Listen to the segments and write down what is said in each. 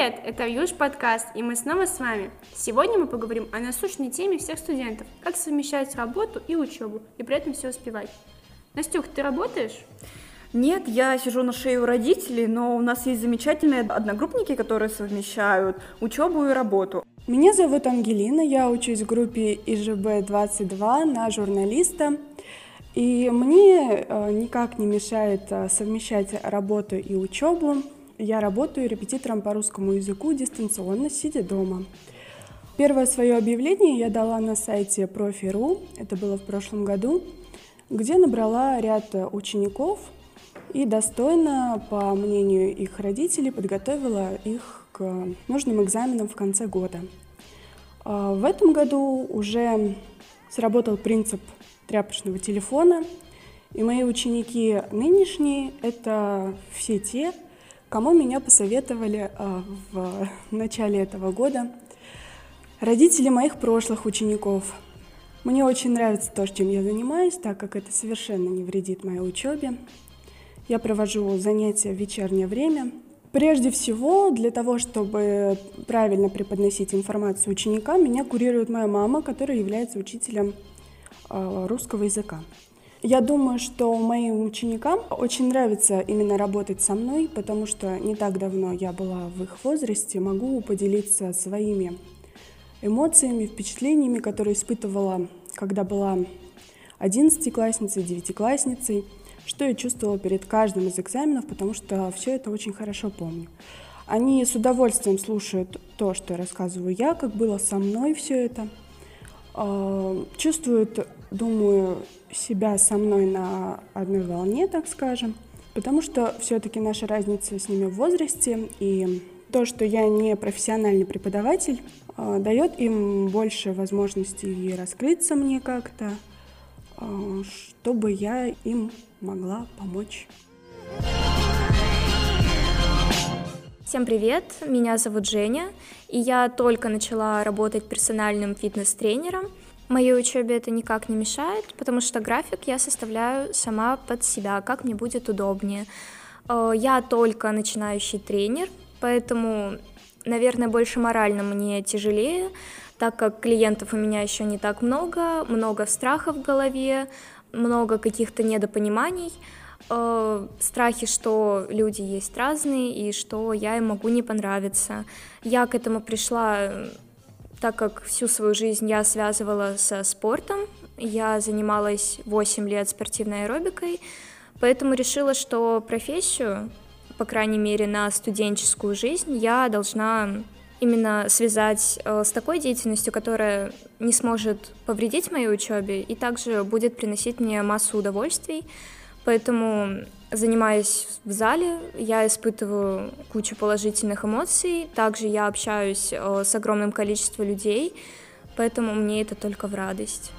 Привет, это Юж подкаст, и мы снова с вами. Сегодня мы поговорим о насущной теме всех студентов, как совмещать работу и учебу, и при этом все успевать. Настюх, ты работаешь? Нет, я сижу на шее у родителей, но у нас есть замечательные одногруппники, которые совмещают учебу и работу. Меня зовут Ангелина, я учусь в группе ИЖБ-22 на журналиста. И мне никак не мешает совмещать работу и учебу. Я работаю репетитором по русскому языку дистанционно, сидя дома. Первое свое объявление я дала на сайте Профи.ру, это было в прошлом году, где набрала ряд учеников и достойно, по мнению их родителей, подготовила их к нужным экзаменам в конце года. В этом году уже сработал принцип тряпочного телефона, и мои ученики нынешние — это все те, кому меня посоветовали в начале этого года родители моих прошлых учеников. Мне очень нравится то, чем я занимаюсь, так как это совершенно не вредит моей учебе. Я провожу занятия в вечернее время. Прежде всего, для того, чтобы правильно преподносить информацию ученикам, меня курирует моя мама, которая является учителем русского языка. Я думаю, что моим ученикам очень нравится именно работать со мной, потому что не так давно я была в их возрасте, могу поделиться своими эмоциями, впечатлениями, которые испытывала, когда была 11-классницей, 9-классницей, что я чувствовала перед каждым из экзаменов, потому что все это очень хорошо помню. Они с удовольствием слушают то, что рассказываю я, как было со мной все это, чувствуют, думаю, себя со мной на одной волне, так скажем, потому что все-таки наша разница с ними в возрасте, и то, что я не профессиональный преподаватель, дает им больше возможностей раскрыться мне как-то, чтобы я им могла помочь. Всем привет, меня зовут Женя, и я только начала работать персональным фитнес-тренером. Моей учебе это никак не мешает, потому что график я составляю сама под себя, как мне будет удобнее. Я только начинающий тренер, поэтому, наверное, больше морально мне тяжелее, так как клиентов у меня еще не так много страхов в голове, много каких-то недопониманий, страхи, что люди есть разные и что я им могу не понравиться. Я к этому пришла, так как всю свою жизнь я связывала со спортом, я занималась 8 лет спортивной аэробикой, поэтому решила, что профессию, по крайней мере на студенческую жизнь, я должна именно связать с такой деятельностью, которая не сможет повредить моей учебе и также будет приносить мне массу удовольствий. Поэтому, занимаясь в зале, я испытываю кучу положительных эмоций. Также я общаюсь с огромным количеством людей, поэтому мне это только в радость.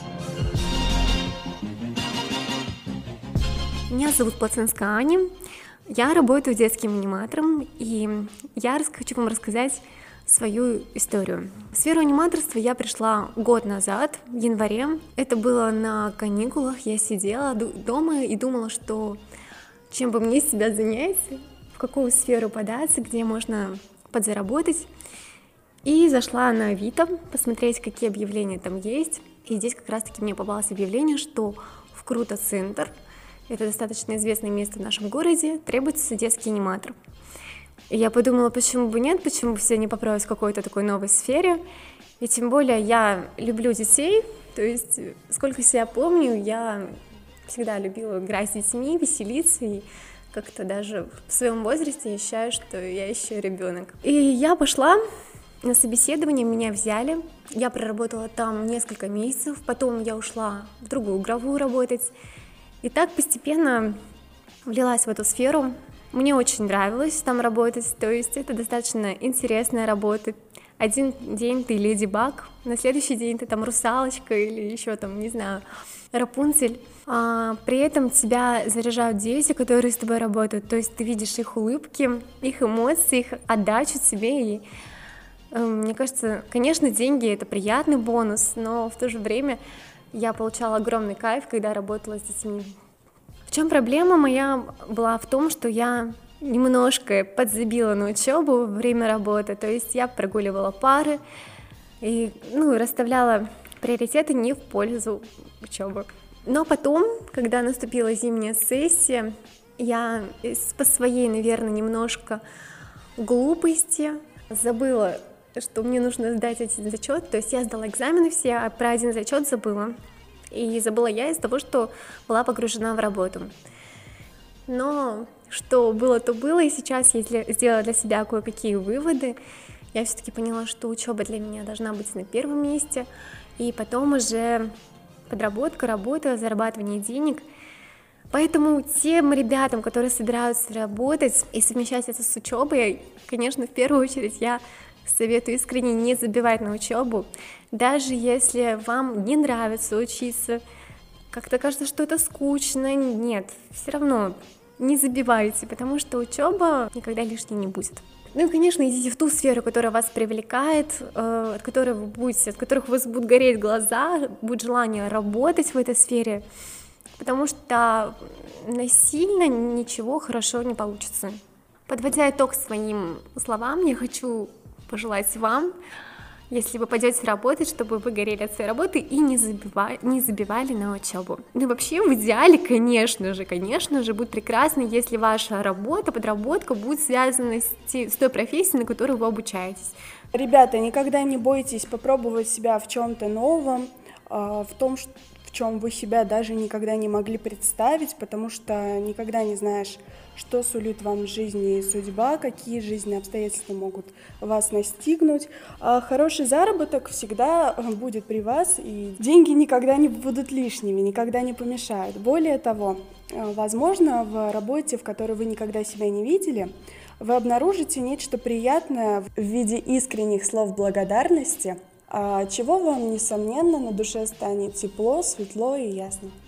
Меня зовут Плаценская Аня. Я работаю детским аниматором, и я хочу вам рассказать свою историю. В сферу аниматорства я пришла год назад, в январе. Это было на каникулах, я сидела дома и думала, что чем бы мне себя занять, в какую сферу податься, где можно подзаработать. И зашла на Авито посмотреть, какие объявления там есть. И здесь как раз-таки мне попалось объявление, что в Круто-центр, это достаточно известное место в нашем городе, требуется детский аниматор. И я подумала, почему бы нет, почему бы все не попробовать в какой-то такой новой сфере. И тем более я люблю детей, то есть сколько себя помню, я всегда любила играть с детьми, веселиться, и как-то даже в своем возрасте ощущаю, что я еще ребенок. И я пошла на собеседование, меня взяли, я проработала там несколько месяцев, потом я ушла в другую игровую работать, и так постепенно влилась в эту сферу. Мне очень нравилось там работать, то есть это достаточно интересная работа. Один день ты Леди Баг, на следующий день ты там русалочка или еще там, не знаю, Рапунцель. При этом тебя заряжают дети, которые с тобой работают, то есть ты видишь их улыбки, их эмоции, их отдачу тебе. И мне кажется, конечно, деньги — это приятный бонус, но в то же время я получала огромный кайф, когда работала с детьми. В чем проблема моя была в том, что я немножко подзабила на учебу во время работы, то есть я прогуливала пары и расставляла приоритеты не в пользу учебы. Но потом, когда наступила зимняя сессия, я по своей, наверное, немножко глупости забыла, что мне нужно сдать один зачет, то есть я сдала экзамены все, а про один зачет забыла. И забыла я из-за того, что была погружена в работу. Но что было, то было, и сейчас я сделала для себя кое-какие выводы. Я все-таки поняла, что учеба для меня должна быть на первом месте, и потом уже подработка, работа, зарабатывание денег. Поэтому тем ребятам, которые собираются работать и совмещать это с учебой, конечно, в первую очередь я советую искренне не забивать на учебу, даже если вам не нравится учиться, как-то кажется, что это скучно, нет, все равно не забивайте, потому что учеба никогда лишней не будет. Ну и, конечно, идите в ту сферу, которая вас привлекает, от которых у вас будут гореть глаза, будет желание работать в этой сфере, потому что насильно ничего хорошо не получится. Подводя итог своим словам, я хочу пожелать вам, если вы пойдете работать, чтобы вы горели от своей работы и не забивали на учебу. Ну и вообще, в идеале, конечно же, будет прекрасно, если ваша работа, подработка будет связана с той профессией, на которой вы обучаетесь. Ребята, никогда не бойтесь попробовать себя в чем-то новом, в том, в чем вы себя даже никогда не могли представить, потому что никогда не знаешь, что сулит вам в жизни судьба, какие жизненные обстоятельства могут вас настигнуть. Хороший заработок всегда будет при вас, и деньги никогда не будут лишними, никогда не помешают. Более того, возможно, в работе, в которой вы никогда себя не видели, вы обнаружите нечто приятное в виде искренних слов благодарности, чего вам, несомненно, на душе станет тепло, светло и ясно.